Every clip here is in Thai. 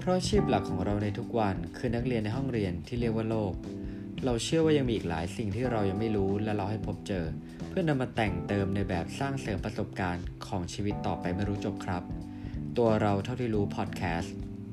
ราะอาชีพหลักของเราในทุกวันคือนักเรียนในห้องเรียนที่เรียกว่าโลกเราเชื่อว่ายังมีอีกหลายสิ่งที่เรายังไม่รู้และเราให้พบเจอเพื่อนำมาแต่งเติมในแบบสร้างเสริมประสบการณ์ของชีวิตต่อไปไม่รู้จบครับตัวเราเท่าที่รู้พอดแคสต์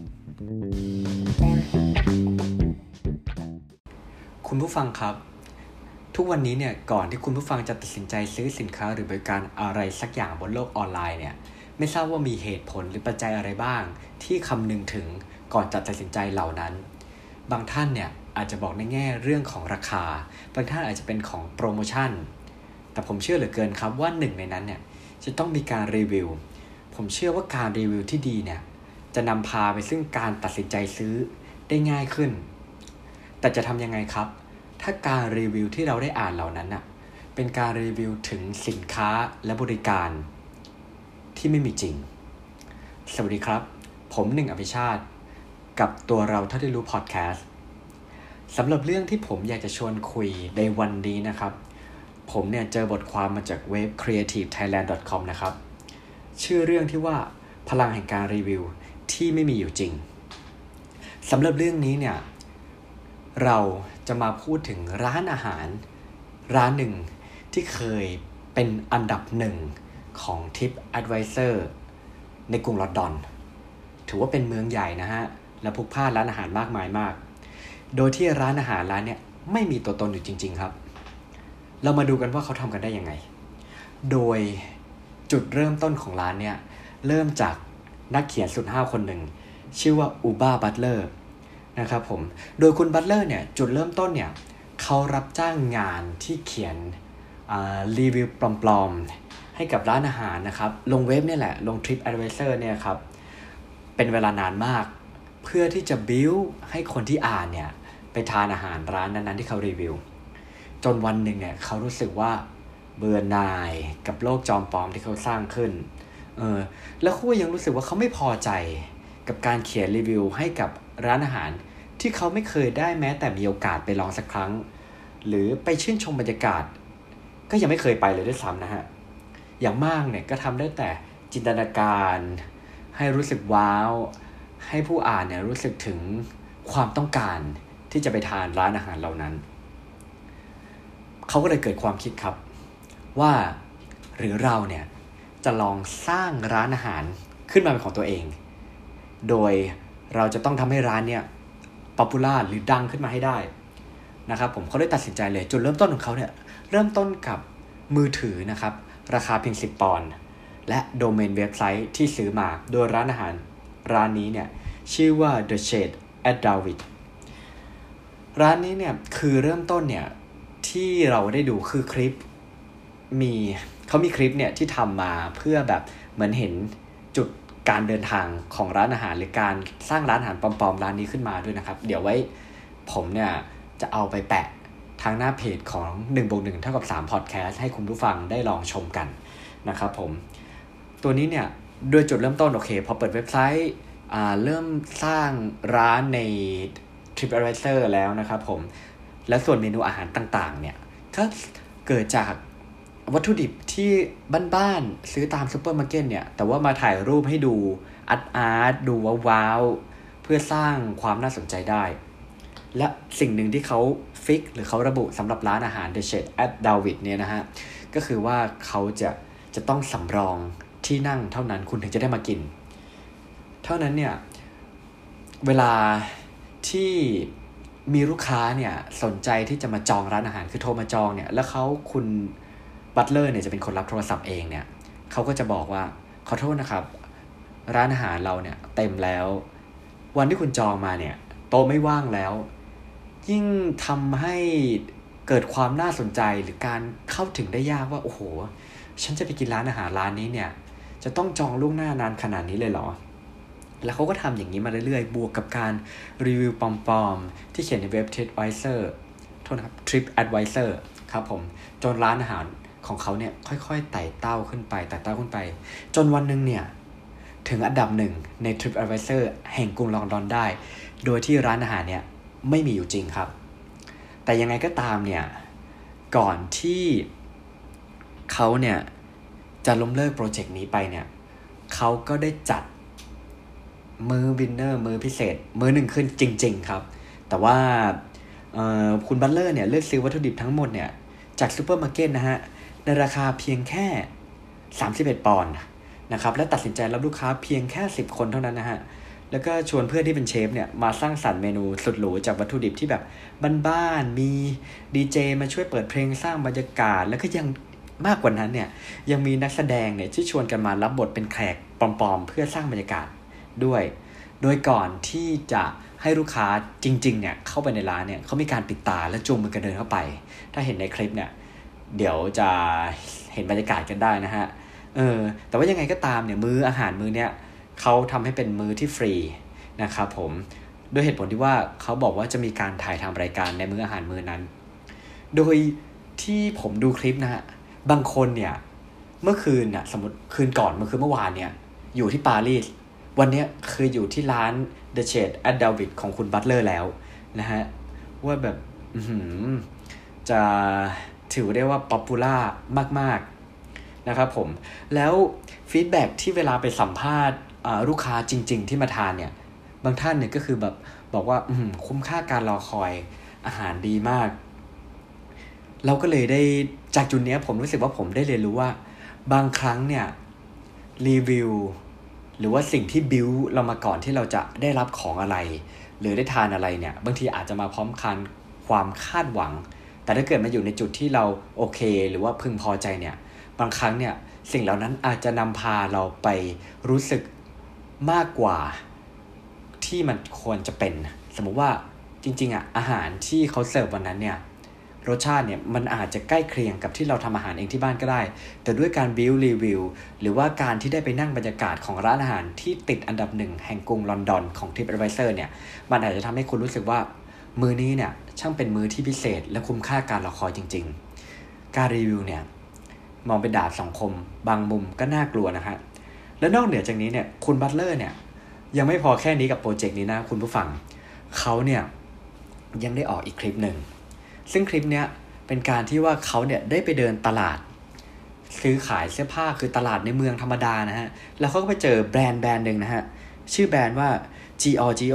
คุณผู้ฟังครับทุกวันนี้เนี่ยก่อนที่คุณผู้ฟังจะตัดสินใจซื้อสินค้าหรือบริการอะไรสักอย่างบนโลกออนไลน์เนี่ยไม่ทราบว่ามีเหตุผลหรือปัจจัยอะไรบ้างที่คำนึงถึงก่อนจะตัดสินใจเหล่านั้นบางท่านเนี่ยอาจจะบอกในแง่เรื่องของราคาบางท่านอาจจะเป็นของโปรโมชั่นแต่ผมเชื่อเหลือเกินครับว่าหนึ่งในนั้นเนี่ยจะต้องมีการรีวิวผมเชื่อว่าการรีวิวที่ดีเนี่ยจะนำพาไปซึ่งการตัดสินใจซื้อได้ง่ายขึ้นแต่จะทำยังไงครับถ้าการรีวิวที่เราได้อ่านเหล่านั้นน่ะเป็นการรีวิวถึงสินค้าและบริการที่ไม่มีจริงสวัสดีครับผมหนึ่งอภิชาติกับตัวเราเท่าที่รู้พอดแคสต์สำหรับเรื่องที่ผมอยากจะชวนคุยในวันนี้นะครับผมเนี่ยเจอบทความมาจากเว็บ creativethailand.com นะครับชื่อเรื่องที่ว่าพลังแห่งการรีวิวที่ไม่มีอยู่จริงสำหรับเรื่องนี้เนี่ยเราจะมาพูดถึงร้านอาหารร้านหนึ่งที่เคยเป็นอันดับหนึ่งของ TripAdvisor ในกรุงลอนดอนถือว่าเป็นเมืองใหญ่นะฮะและพลุกพล่านร้านอาหารมากมายมากโดยที่ร้านอาหารร้านเนี่ยไม่มีตัวตนอยู่จริงๆครับเรามาดูกันว่าเขาทำกันได้ยังไงโดยจุดเริ่มต้นของร้านเนี่ยเริ่มจากนักเขียนสุดห้าวคนหนึ่งชื่อว่าอูบาบัตเลอร์นะครับผมโดยคุณบัตเลอร์เนี่ยจุดเริ่มต้นเนี่ยเขารับจ้างงานที่เขียนรีวิวปลอมๆให้กับร้านอาหารนะครับลงเว็บเนี่ยแหละลง TripAdvisor เนี่ยครับเป็นเวลานานมากเพื่อที่จะบิ้วให้คนที่อ่านเนี่ยไปทานอาหารร้านนั้นๆที่เขารีวิวจนวันหนึ่งเนี่ยเขารู้สึกว่าเบื่อหน่ายกับโลกจอมปลอมที่เขาสร้างขึ้นแล้วเขายังรู้สึกว่าเขาไม่พอใจกับการเขียนรีวิวให้กับร้านอาหารที่เขาไม่เคยได้แม้แต่มีโอกาสไปลองสักครั้งหรือไปชื่นชมบรรยากาศก็ยังไม่เคยไปเลยด้วยซ้ำนะฮะอย่างมากเนี่ยก็ทำได้แต่จินตนาการให้รู้สึกว้าวให้ผู้อ่านเนี่ยรู้สึกถึงความต้องการที่จะไปทานร้านอาหารเหล่านั้นเขาก็เลยเกิดความคิดครับว่าหรือเราเนี่ยจะลองสร้างร้านอาหารขึ้นมาเป็นของตัวเองโดยเราจะต้องทำให้ร้านเนี่ยป๊อปปูล่าหรือดังขึ้นมาให้ได้นะครับผมเขาได้ตัดสินใจเลยจุดเริ่มต้นของเขาเนี่ยเริ่มต้นกับมือถือนะครับราคาเพียง10 ปอนด์และโดเมนเว็บไซต์ที่ซื้อมาโดยร้านอาหารร้านนี้เนี่ยชื่อว่า The Shade at Darwin ร้านนี้เนี่ยคือเริ่มต้นเนี่ยที่เราได้ดูคือคลิปเขามีคลิปเนี่ยที่ทำมาเพื่อแบบเหมือนเห็นจุดการเดินทางของร้านอาหารหรือการสร้างร้านอาหารปลอมๆร้านนี้ขึ้นมาด้วยนะครับเดี๋ยวไว้ผมเนี่ยจะเอาไปแปะทางหน้าเพจของ 1+1 เท่ากับ3 Podcast ให้คุณผู้ฟังได้ลองชมกันนะครับผมตัวนี้เนี่ยโดยจุดเริ่มต้นโอเคพอเปิดเว็บไซต์เริ่มสร้างร้านใน TripAdvisor แล้วนะครับผมและส่วนเมนูอาหารต่างๆเนี่ยก็เกิดจากวัตถุดิบที่บ้านๆซื้อตามซุปเปอร์มาร์เก็ตเนี่ยแต่ว่ามาถ่ายรูปให้ดูอาร์ตดูว้าวๆเพื่อสร้างความน่าสนใจได้และสิ่งหนึ่งที่เขาฟิกหรือเขาระบุสำหรับร้านอาหาร The Shade at Darwin เนี่ยนะฮะก็คือว่าเขาจะต้องสำรองที่นั่งเท่านั้นคุณถึงจะได้มากินเท่านั้นเนี่ยเวลาที่มีลูกค้าเนี่ยสนใจที่จะมาจองร้านอาหารคือโทรมาจองเนี่ยแล้วคุณบัตเลอร์เนี่ยจะเป็นคนรับโทรศัพท์เองเนี่ยเขาก็จะบอกว่าขอโทษนะครับร้านอาหารเราเนี่ยเต็มแล้ววันที่คุณจองมาเนี่ยโต๊ะไม่ว่างแล้วยิ่งทำให้เกิดความน่าสนใจหรือการเข้าถึงได้ยากว่าโอ้โหฉันจะไปกินร้านอาหารร้านนี้เนี่ยจะต้องจองล่วงหน้านานขนาดนี้เลยเหรอแล้วเขาก็ทำอย่างนี้มาเรื่อยๆบวกกับการรีวิวปลอมๆที่เขียนในเว็บ TripAdvisor ครับผมจนร้านอาหารของเขาเนี่ยค่อยๆไต่เต้าขึ้นไปจนวันนึงเนี่ยถึงอันดับหนึ่งใน TripAdvisor แห่งกรุงลอนดอนได้โดยที่ร้านอาหารเนี่ยไม่มีอยู่จริงครับแต่ยังไงก็ตามเนี่ยก่อนที่เขาเนี่ยจะล้มเลิกโปรเจกต์นี้ไปเนี่ยเขาก็ได้จัดมื้อวินเนอร์มื้อพิเศษมื้อหนึ่งขึ้นจริงๆครับแต่ว่าคุณบัตเลอร์เนี่ยเลือกซื้อวัตถุดิบทั้งหมดเนี่ยจากซูเปอร์มาร์เก็ตนะฮะในราคาเพียงแค่31 ปอนด์นะครับและตัดสินใจรับลูกค้าเพียงแค่10 คนเท่านั้นนะฮะแล้วก็ชวนเพื่อนที่เป็นเชฟเนี่ยมาสร้างสรรค์เมนูสุดหรูจากวัตถุดิบที่แบบบ้านๆมีดีเจมาช่วยเปิดเพลงสร้างบรรยากาศแล้วก็ยังมากกว่านั้นเนี่ยยังมีนักแสดงเนี่ยที่ชวนกันมารับบทเป็นแขกปลอมๆเพื่อสร้างบรรยากาศด้วยโดยก่อนที่จะให้ลูกค้าจริงๆเนี่ยเข้าไปในร้านเนี่ยเขามีการปิดตาและจูงมือกันเดินเข้าไปถ้าเห็นในคลิปเนี่ยเดี๋ยวจะเห็นบรรยากาศกันได้นะฮะแต่ว่ายังไงก็ตามเนี่ยมื้ออาหารมื้อเนี่ยเขาทำให้เป็นมื้อที่ฟรีนะครับผมด้วยเหตุผลที่ว่าเขาบอกว่าจะมีการถ่ายทำรายการในมื้ออาหารมื้อนั้นโดยที่ผมดูคลิปนะฮะบางคนเนี่ยเมื่อคืนน่ะสมมติคืนก่อนเมื่อวานเนี่ยอยู่ที่ปารีสวันนี้คืออยู่ที่ร้าน The Shade at David ของคุณบัตเลอร์แล้วนะฮะว่าแบบจะถือได้ว่าป๊อปปูล่ามากๆนะครับผมแล้วฟีดแบ็กที่เวลาไปสัมภาษณ์ลูกค้าจริงๆที่มาทานเนี่ยบางท่านเนี่ยก็คือแบบบอกว่าคุ้มค่าการรอคอยอาหารดีมากเราก็เลยได้จากจุดนี้ผมรู้สึกว่าผมได้เรียนรู้ว่าบางครั้งเนี่ยรีวิวหรือว่าสิ่งที่บิวเรามาก่อนที่เราจะได้รับของอะไรหรือได้ทานอะไรเนี่ยบางทีอาจจะมาพร้อมกันความคาดหวังแต่ถ้าเกิดมาอยู่ในจุดที่เราโอเคหรือว่าพึงพอใจเนี่ยบางครั้งเนี่ยสิ่งเหล่านั้นอาจจะนำพาเราไปรู้สึกมากกว่าที่มันควรจะเป็นสมมุติว่าจริงๆอาหารที่เขาเสิร์ฟวันนั้นเนี่ยรสชาติเนี่ยมันอาจจะใกล้เคียงกับที่เราทำอาหารเองที่บ้านก็ได้แต่ด้วยการบิวรีวิวหรือว่าการที่ได้ไปนั่งบรรยากาศของร้านอาหารที่ติดอันดับ1แห่งกรุงลอนดอนของ TripAdvisor เนี่ยมันอาจจะทำให้คุณรู้สึกว่ามื้อนี้เนี่ยช่างเป็นมื้อที่พิเศษและคุ้มค่าการรอคอยจริงๆการรีวิวเนี่ยมองเป็นดาบสองคมบางมุมก็น่ากลัวนะฮะและนอกเหนือจากนี้เนี่ยคุณบัตเลอร์เนี่ยยังไม่พอแค่นี้กับโปรเจกต์นี้นะคุณผู้ฟังเขาเนี่ยยังได้ออกอีกคลิปหนึ่งซึ่งคลิปเนี้ยเป็นการที่ว่าเขาเนี่ยได้ไปเดินตลาดซื้อขายเสื้อผ้าคือตลาดในเมืองธรรมดานะฮะแล้วเขาก็ไปเจอแบรนด์หนึ่งนะฮะชื่อแบรนด์ว่า Giorgio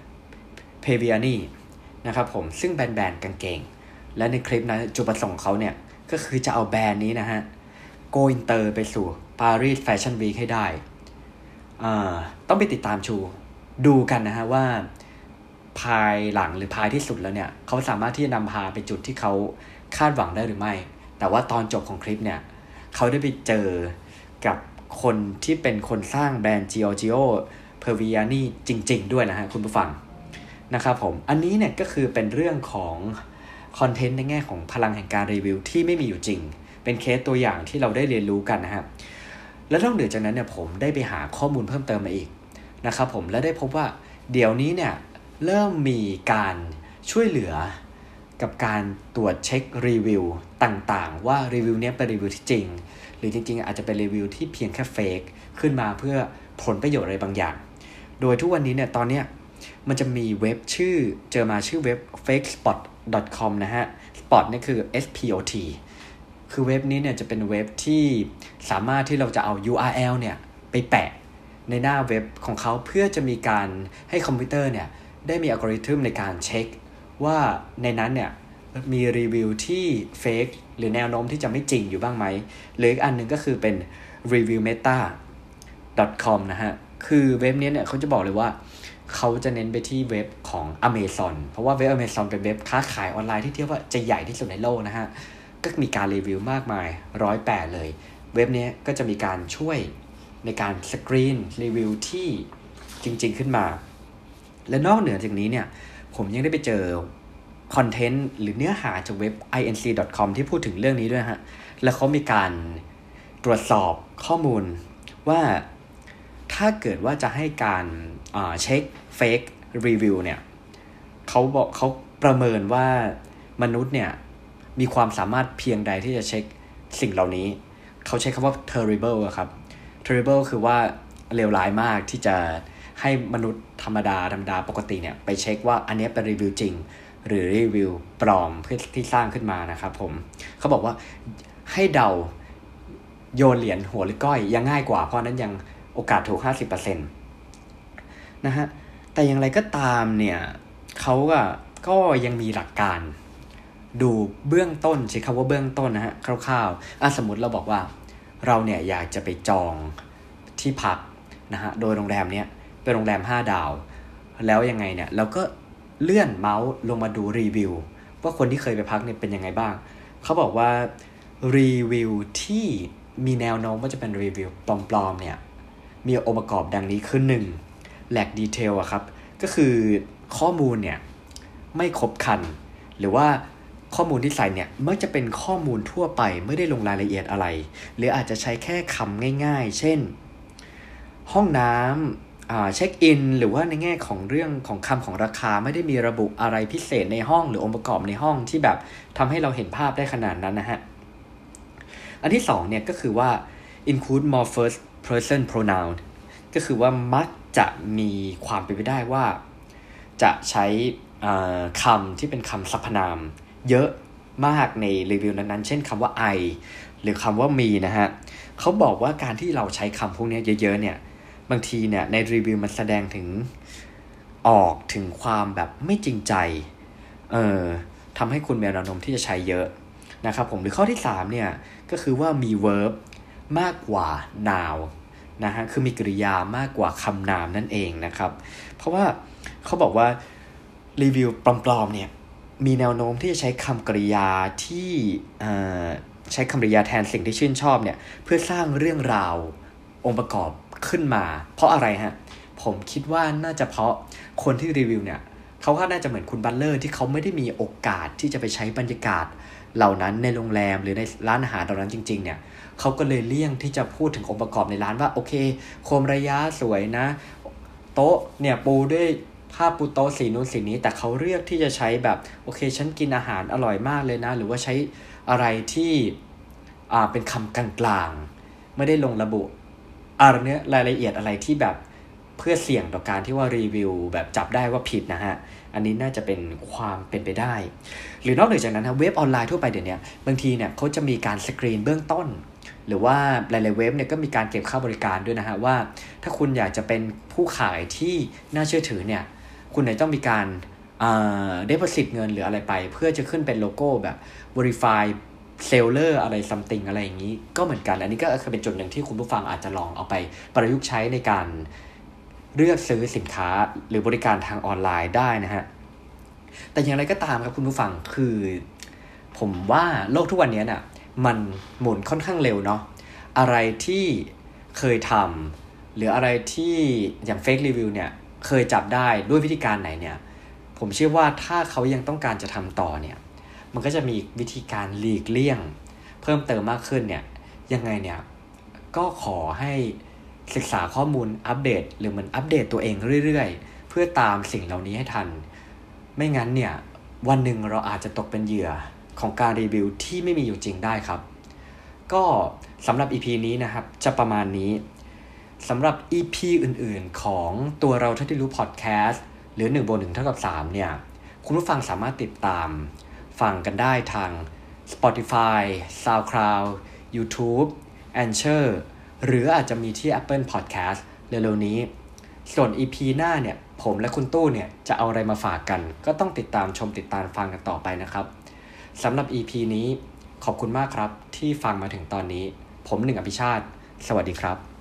Paviani นะครับผมซึ่งแบรนด์กางเกงและในคลิปนั้นจุดประสงค์เขาเนี่ยก็คือจะเอาแบรนด์นี้นะฮะโกอินเตอร์ไปสู่ปารีสแฟชั่นวีคให้ได้ต้องไปติดตามดูกันนะฮะว่าภายหลังหรือภายที่สุดแล้วเนี่ยเขาสามารถที่จะนำพาไปจุดที่เขาคาดหวังได้หรือไม่แต่ว่าตอนจบของคลิปเนี่ยเขาได้ไปเจอกับคนที่เป็นคนสร้างแบรนด์ Giorgio Paviani จริงๆด้วยนะฮะคุณผู้ฟังนะครับผมอันนี้เนี่ยก็คือเป็นเรื่องของคอนเทนต์ในแง่ของพลังแห่งการรีวิวที่ไม่มีอยู่จริงเป็นเคสตัวอย่างที่เราได้เรียนรู้กันนะครับและนอกเหนือจากนั้นเนี่ยผมได้ไปหาข้อมูลเพิ่มเติมมาอีกนะครับผมและได้พบว่าเดี๋ยวนี้เนี่ยเริ่มมีการช่วยเหลือกับการตรวจเช็ครีวิวต่างๆว่ารีวิวนี้เป็นรีวิวที่จริงหรือจริงๆอาจจะเป็นรีวิวที่เพียงแค่เฟกขึ้นมาเพื่อผลประโยชน์อะไรบางอย่างโดยทุกวันนี้เนี่ยตอนเนี้ยมันจะมีเว็บชื่อเว็บ fakespot.com นะฮะ spot นี่คือ spot คือเว็บนี้เนี่ยจะเป็นเว็บที่สามารถที่เราจะเอา URL เนี่ยไปแปะในหน้าเว็บของเขาเพื่อจะมีการให้คอมพิวเตอร์เนี่ยได้มีอัลกอริทึมในการเช็คว่าในนั้นเนี่ยมีรีวิวที่เฟกหรือแนวโน้มที่จะไม่จริงอยู่บ้างไหมหรืออีกอันนึงก็คือเป็น reviewmeta.com นะฮะคือเว็บนี้เนี่ยเขาจะบอกเลยว่าเขาจะเน้นไปที่เว็บของ Amazon เพราะว่าเว็บ Amazon เป็นเว็บค้าขายออนไลน์ที่เทียบว่าจะใหญ่ที่สุดในโลกนะฮะก็มีการรีวิวมากมาย108เลยเว็บนี้ก็จะมีการช่วยในการสกรีนรีวิวที่จริงๆขึ้นมาและนอกเหนือจากนี้เนี่ยผมยังได้ไปเจอคอนเทนต์หรือเนื้อหาจากเว็บ inc.com ที่พูดถึงเรื่องนี้ด้วยฮะแล้วเขามีการตรวจสอบข้อมูลว่าถ้าเกิดว่าจะให้การเช็คเฟกรีวิวเนี่ยเขาประเมินว่ามนุษย์เนี่ยมีความสามารถเพียงใดที่จะเช็คสิ่งเหล่านี้เขาใช้คำว่า terrible ครับ terrible คือว่าเลวร้ายมากที่จะให้มนุษย์ธรรมดาปกติเนี่ยไปเช็คว่าอันนี้เป็นรีวิวจริงหรือรีวิวปลอมเพื่อที่สร้างขึ้นมานะครับผมเขาบอกว่าให้เดาโยนเหรียญหัวหรือก้อยยังง่ายกว่าเพราะนั้นยังโอกาสถูก 50% นะฮะแต่อย่างไรก็ตามเนี่ยเขาก็ยังมีหลักการดูเบื้องต้นใช้คำว่าเบื้องต้นนะฮะคร่าวๆสมมติเราบอกว่าเราเนี่ยอยากจะไปจองที่พักนะฮะโดยโรงแรมเนี้ยเป็นโรงแรม5 ดาวแล้วยังไงเนี่ยเราก็เลื่อนเมาส์ลงมาดูรีวิวว่าคนที่เคยไปพักเนี่ยเป็นยังไงบ้างเขาบอกว่ารีวิวที่มีแนวโน้มว่าจะเป็นรีวิวปลอมๆเนี่ยมีองค์ประกอบดังนี้คือ1แลกดีเทลอะครับก็คือข้อมูลเนี่ยไม่ครบครันหรือว่าข้อมูลที่ใส่เนี่ยมักจะเป็นข้อมูลทั่วไปไม่ได้ลงรายละเอียดอะไรหรืออาจจะใช้แค่คำง่ายๆเช่นห้องน้ำเช็คอินหรือว่าในแง่ของเรื่องของคำของราคาไม่ได้มีระบุอะไรพิเศษในห้องหรือองค์ประกอบในห้องที่แบบทำให้เราเห็นภาพได้ขนาดนั้นนะฮะอันที่2เนี่ยก็คือว่า include more first person pronoun ก็คือว่ามักจะมีความเป็นไปได้ว่าจะใช้คำที่เป็นคำสรรพนามเยอะมากในรีวิวนั้นๆเช่นคำว่า I หรือคำว่ามีนะฮะเขาบอกว่าการที่เราใช้คำพวกนี้เยอะๆเนี่ยบางทีเนี่ยในรีวิวมันแสดงถึงความแบบไม่จริงใจทำให้คุณมีแนวโน้มที่จะใช้เยอะนะครับผมหรือข้อที่3เนี่ยก็คือว่ามี verb มากกว่า noun นะฮะคือมีกริยามากกว่าคำนามนั่นเองนะครับเพราะว่าเขาบอกว่ารีวิวปลอมๆเนี่ยมีแนวโน้มที่จะใช้คำกริยาที่ใช้คำกริยาแทนสิ่งที่ชื่นชอบเนี่ยเพื่อสร้างเรื่องราวองค์ประกอบขึ้นมาเพราะอะไรฮะผมคิดว่าน่าจะเพราะคนที่รีวิวเนี่ยเขาก็น่าจะเหมือนคุณบัตเลอร์ที่เขาไม่ได้มีโอกาสที่จะไปใช้บรรยากาศเหล่านั้นในโรงแรมหรือในร้านอาหารเหล่านั้นจริงๆเนี่ยเขาก็เลยเลี่ยงที่จะพูดถึงองค์ประกอบในร้านว่าโอเคโคมระยะสวยนะโต๊ะเนี่ยปูด้วยผ้าปูโต๊ะสีนู้นสีนี้แต่เขาเลือกที่จะใช้แบบโอเคฉันกินอาหารอร่อยมากเลยนะหรือว่าใช้อะไรที่เป็นคำกลางๆไม่ได้ลงระบุรายละเอียดอะไรที่แบบเพื่อเสี่ยงต่อการที่ว่ารีวิวแบบจับได้ว่าผิดนะฮะอันนี้น่าจะเป็นความเป็นไปได้หรือนอกจากนั้นเว็บออนไลน์ทั่วไปเดี๋ยวนี้บางทีเนี่ยเขาจะมีการสกรีนเบื้องต้นหรือว่าหลายๆเว็บเนี่ยก็มีการเก็บค่าบริการด้วยนะฮะว่าถ้าคุณอยากจะเป็นผู้ขายที่น่าเชื่อถือเนี่ยคุณเนี่ยต้องมีการdeposit เงินหรืออะไรไปเพื่อจะขึ้นเป็นโลโก้แบบ verify seller อะไร something อะไรอย่างนี้ก็เหมือนกันอันนี้ก็คือเป็นจุดหนึ่งที่คุณผู้ฟังอาจจะลองเอาไปประยุกต์ใช้ในการเลือกซื้อสินค้าหรือบริการทางออนไลน์ได้นะฮะแต่อย่างไรก็ตามครับคุณผู้ฟังคือผมว่าโลกทุกวันนี้น่ะมันหมุนค่อนข้างเร็วเนาะอะไรที่เคยทำหรืออะไรที่อย่าง fake review เนี่ยเคยจับได้ด้วยวิธีการไหนเนี่ยผมเชื่อว่าถ้าเขายังต้องการจะทำต่อเนี่ยมันก็จะมีวิธีการหลีกเลี่ยงเพิ่มเติมมากขึ้นเนี่ยยังไงเนี่ยก็ขอให้ศึกษาข้อมูลอัปเดตหรือมันอัปเดตตัวเองเรื่อยๆเพื่อตามสิ่งเหล่านี้ให้ทันไม่งั้นเนี่ยวันหนึ่งเราอาจจะตกเป็นเหยื่อของการรีวิวที่ไม่มีอยู่จริงได้ครับก็สำหรับ EP นี้นะครับจะประมาณนี้สำหรับ EP อื่นๆของตัวเราเท่าที่รู้พอดแคสต์หรือ1+1 เท่ากับ 3เนี่ยคุณผู้ฟังสามารถติดตามฟังกันได้ทาง Spotify, SoundCloud, YouTube, Anchor หรืออาจจะมีที่ Apple Podcast เร็วๆนี้ส่วน EP หน้าเนี่ยผมและคุณตู้เนี่ยจะเอาอะไรมาฝากกันก็ต้องติดตามฟังกันต่อไปนะครับสำหรับ EP นี้ขอบคุณมากครับที่ฟังมาถึงตอนนี้ผม1 อภิชาติสวัสดีครับ